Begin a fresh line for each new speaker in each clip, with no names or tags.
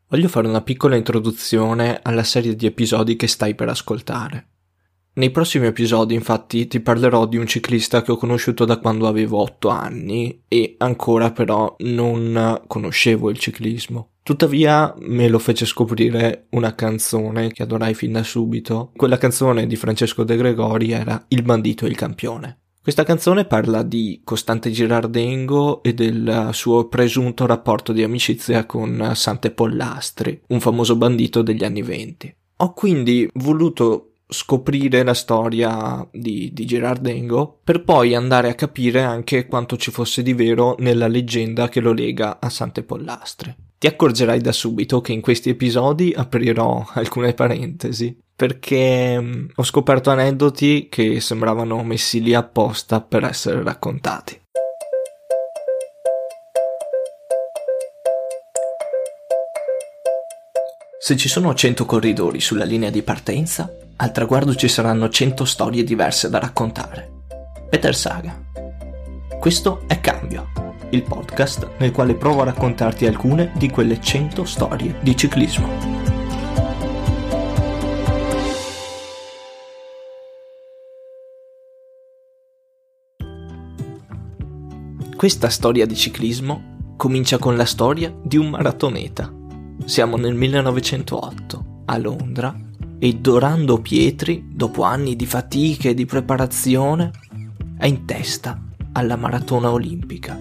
Voglio fare una piccola introduzione alla serie di episodi che stai per ascoltare. Nei prossimi episodi, infatti, ti parlerò di un ciclista che ho conosciuto da quando avevo 8 anni e ancora però non conoscevo il ciclismo. Tuttavia me lo fece scoprire una canzone che adorai fin da subito. Quella canzone di Francesco De Gregori era Il bandito e il campione. Questa canzone parla di Costante Girardengo e del suo presunto rapporto di amicizia con Sante Pollastri, un famoso bandito degli anni '20. Ho quindi voluto scoprire la storia di Girardengo per poi andare a capire anche quanto ci fosse di vero nella leggenda che lo lega a Sante Pollastri. Ti accorgerai da subito che in questi episodi aprirò alcune parentesi perché ho scoperto aneddoti che sembravano messi lì apposta per essere raccontati. Se ci sono 100 corridori sulla linea di partenza, al traguardo ci saranno 100 storie diverse da raccontare. Peter Sagan. Questo è Cambio, il podcast nel quale provo a raccontarti alcune di quelle 100 storie di ciclismo. Questa storia di ciclismo comincia con la storia di un maratoneta. Siamo nel 1908, a Londra, e Dorando Pietri, dopo anni di fatiche e di preparazione, è in testa alla maratona olimpica.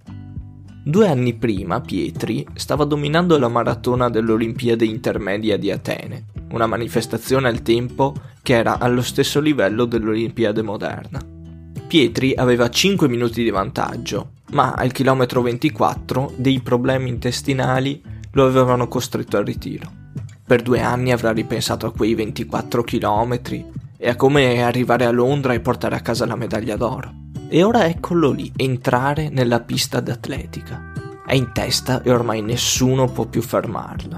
2 anni prima Pietri stava dominando la maratona delle Olimpiadi Intermedia di Atene, una manifestazione al tempo che era allo stesso livello dell'Olimpiade moderna. Pietri aveva 5 minuti di vantaggio, ma al chilometro 24 dei problemi intestinali lo avevano costretto al ritiro. Per 2 anni avrà ripensato a quei 24 chilometri e a come arrivare a Londra e portare a casa la medaglia d'oro. E ora eccolo lì, entrare nella pista d'atletica. È in testa e ormai nessuno può più fermarlo.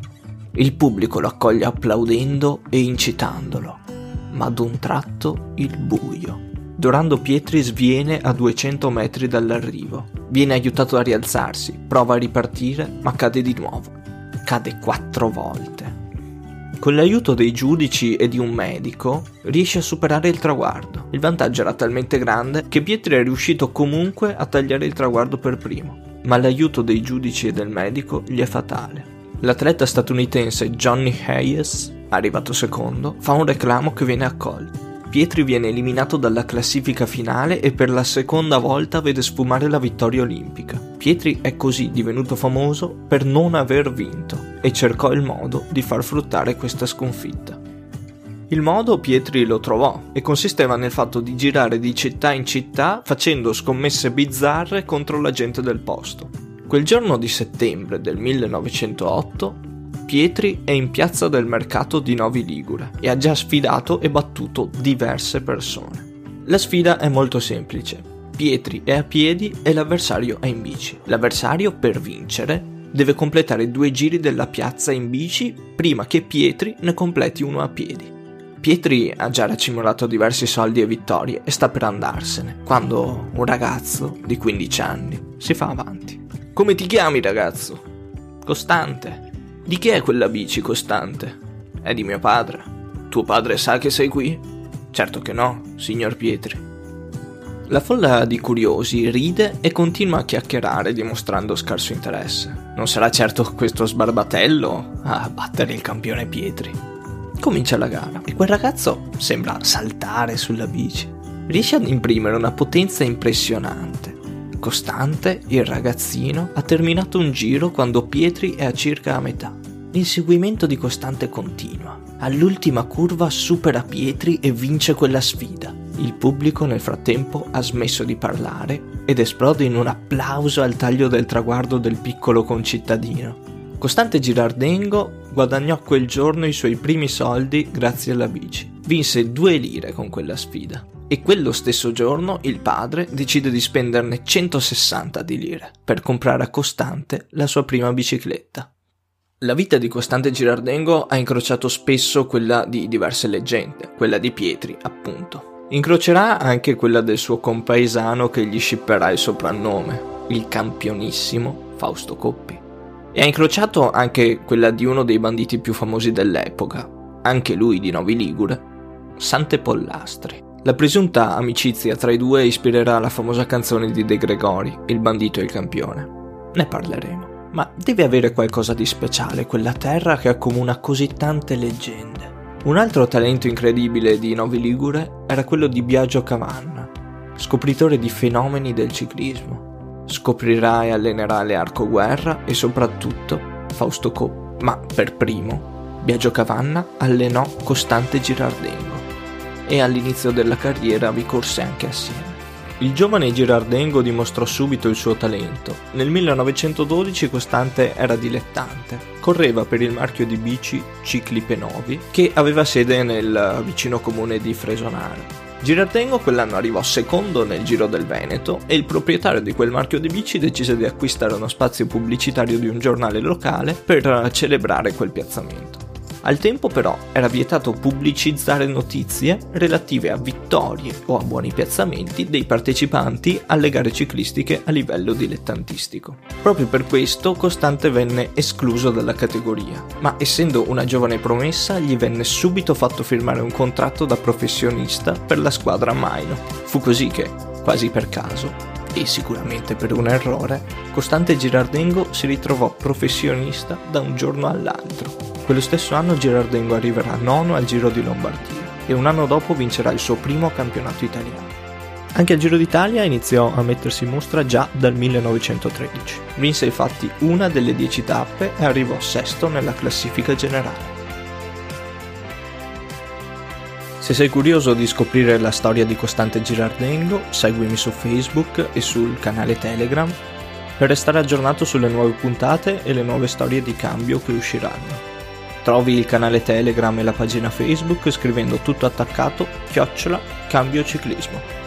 Il pubblico lo accoglie applaudendo e incitandolo, ma ad un tratto il buio. Dorando Pietri sviene a 200 metri dall'arrivo. Viene aiutato a rialzarsi, prova a ripartire, ma cade di nuovo. Cade 4 volte. Con l'aiuto dei giudici e di un medico, riesce a superare il traguardo. Il vantaggio era talmente grande che Pietri è riuscito comunque a tagliare il traguardo per primo, ma l'aiuto dei giudici e del medico gli è fatale. L'atleta statunitense Johnny Hayes, arrivato secondo, fa un reclamo che viene accolto. Pietri viene eliminato dalla classifica finale e per la seconda volta vede sfumare la vittoria olimpica. Pietri è così divenuto famoso per non aver vinto e cercò il modo di far fruttare questa sconfitta. Il modo Pietri lo trovò e consisteva nel fatto di girare di città in città facendo scommesse bizzarre contro la gente del posto. Quel giorno di settembre del 1908 Pietri è in piazza del mercato di Novi Ligure e ha già sfidato e battuto diverse persone. La sfida è molto semplice. Pietri è a piedi e l'avversario è in bici. L'avversario, per vincere, deve completare 2 giri della piazza in bici prima che Pietri ne completi uno a piedi. Pietri ha già racimolato diversi soldi e vittorie e sta per andarsene, quando un ragazzo di 15 anni si fa avanti. «Come ti chiami, ragazzo?» «Costante». «Di chi è quella bici, Costante?» «È di mio padre». «Tuo padre sa che sei qui?» «Certo che no, signor Pietri». La folla di curiosi ride e continua a chiacchierare dimostrando scarso interesse. Non sarà certo questo sbarbatello a battere il campione Pietri. Comincia la gara e quel ragazzo sembra saltare sulla bici. Riesce ad imprimere una potenza impressionante. Costante, il ragazzino, ha terminato un giro quando Pietri è a circa a metà. L'inseguimento di Costante continua. All'ultima curva supera Pietri e vince quella sfida. Il pubblico nel frattempo ha smesso di parlare ed esplode in un applauso al taglio del traguardo del piccolo concittadino. Costante Girardengo guadagnò quel giorno i suoi primi soldi grazie alla bici. Vinse 2 lire con quella sfida. E quello stesso giorno il padre decide di spenderne 160 di lire per comprare a Costante la sua prima bicicletta. La vita di Costante Girardengo ha incrociato spesso quella di diverse leggende, quella di Pietri, appunto. Incrocerà anche quella del suo compaesano che gli scipperà il soprannome, il campionissimo Fausto Coppi. E ha incrociato anche quella di uno dei banditi più famosi dell'epoca, anche lui di Novi Ligure, Sante Pollastri. La presunta amicizia tra i due ispirerà la famosa canzone di De Gregori, Il bandito e il campione. Ne parleremo. Ma deve avere qualcosa di speciale quella terra che accomuna così tante leggende. Un altro talento incredibile di Novi Ligure era quello di Biagio Cavanna, scopritore di fenomeni del ciclismo. Scoprirà e allenerà le Arcoguerra e soprattutto Fausto Coppi, ma per primo Biagio Cavanna allenò Costante Girardengo e all'inizio della carriera vi corse anche assieme. Il giovane Girardengo dimostrò subito il suo talento. Nel 1912 Costante era dilettante, correva per il marchio di bici Cicli Penovi, che aveva sede nel vicino comune di Fresonara. Girardengo quell'anno arrivò secondo nel Giro del Veneto e il proprietario di quel marchio di bici decise di acquistare uno spazio pubblicitario di un giornale locale per celebrare quel piazzamento. Al tempo però era vietato pubblicizzare notizie relative a vittorie o a buoni piazzamenti dei partecipanti alle gare ciclistiche a livello dilettantistico. Proprio per questo Costante venne escluso dalla categoria, ma essendo una giovane promessa gli venne subito fatto firmare un contratto da professionista per la squadra Maino. Fu così che, quasi per caso, e sicuramente per un errore, Costante Girardengo si ritrovò professionista da un giorno all'altro. Quello stesso anno Girardengo arriverà nono al Giro di Lombardia e un anno dopo vincerà il suo primo campionato italiano. Anche il Giro d'Italia iniziò a mettersi in mostra già dal 1913. Vinse infatti una delle 10 tappe e arrivò sesto nella classifica generale. Se sei curioso di scoprire la storia di Costante Girardengo, seguimi su Facebook e sul canale Telegram per restare aggiornato sulle nuove puntate e le nuove storie di cambio che usciranno. Trovi il canale Telegram e la pagina Facebook scrivendo tutto attaccato @Cambio Ciclismo.